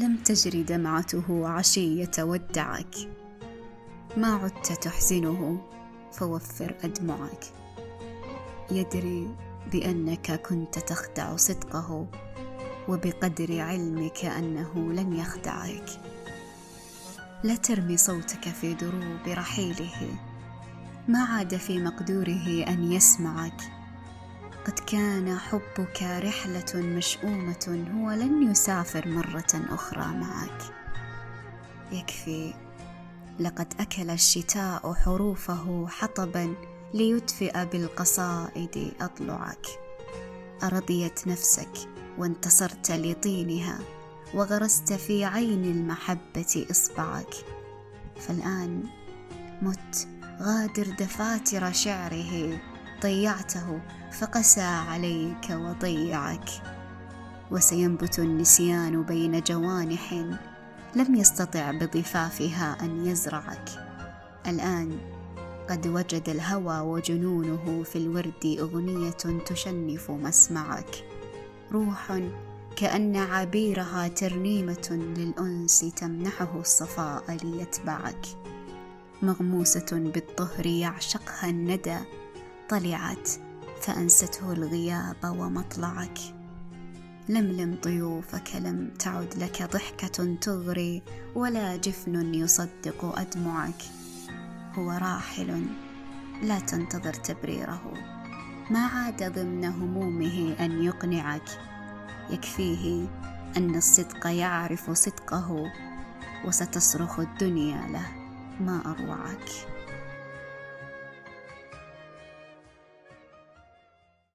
لم تجري دمعته عشية ودعك، ما عدت تحزنه فوفر أدمعك. يدري بأنك كنت تخدع صدقه، وبقدر علمك أنه لن يخدعك. لا ترمي صوتك في دروب رحيله، ما عاد في مقدوره أن يسمعك. قد كان حبك رحلة مشؤومة، هو لن يسافر مرة أخرى معك. يكفي، لقد أكل الشتاء حروفه حطبا ليدفئ بالقصائد أضلعك. أرضيت نفسك وانتصرت لطينها، وغرست في عين المحبة إصبعك. فالآن مت، غادر دفاتر شعره، ضيعته فقسى عليك وضيعك. وسينبت النسيان بين جوانح لم يستطع بضفافها أن يزرعك. الآن قد وجد الهوى وجنونه في الورد أغنية تشنف مسمعك. روح كأن عبيرها ترنيمة للأنس تمنحه الصفاء ليتبعك. مغموسة بالطهر يعشقها الندى، طلعت فأنسته الغياب ومطلعك. لملم طيوفك، لم تعد لك ضحكة تغري، ولا جفن يصدق أدمعك. هو راحل، لا تنتظر تبريره، ما عاد ضمن همومه أن يقنعك. يكفيه أن الصدق يعرف صدقه، وستصرخ الدنيا له ما أروعك.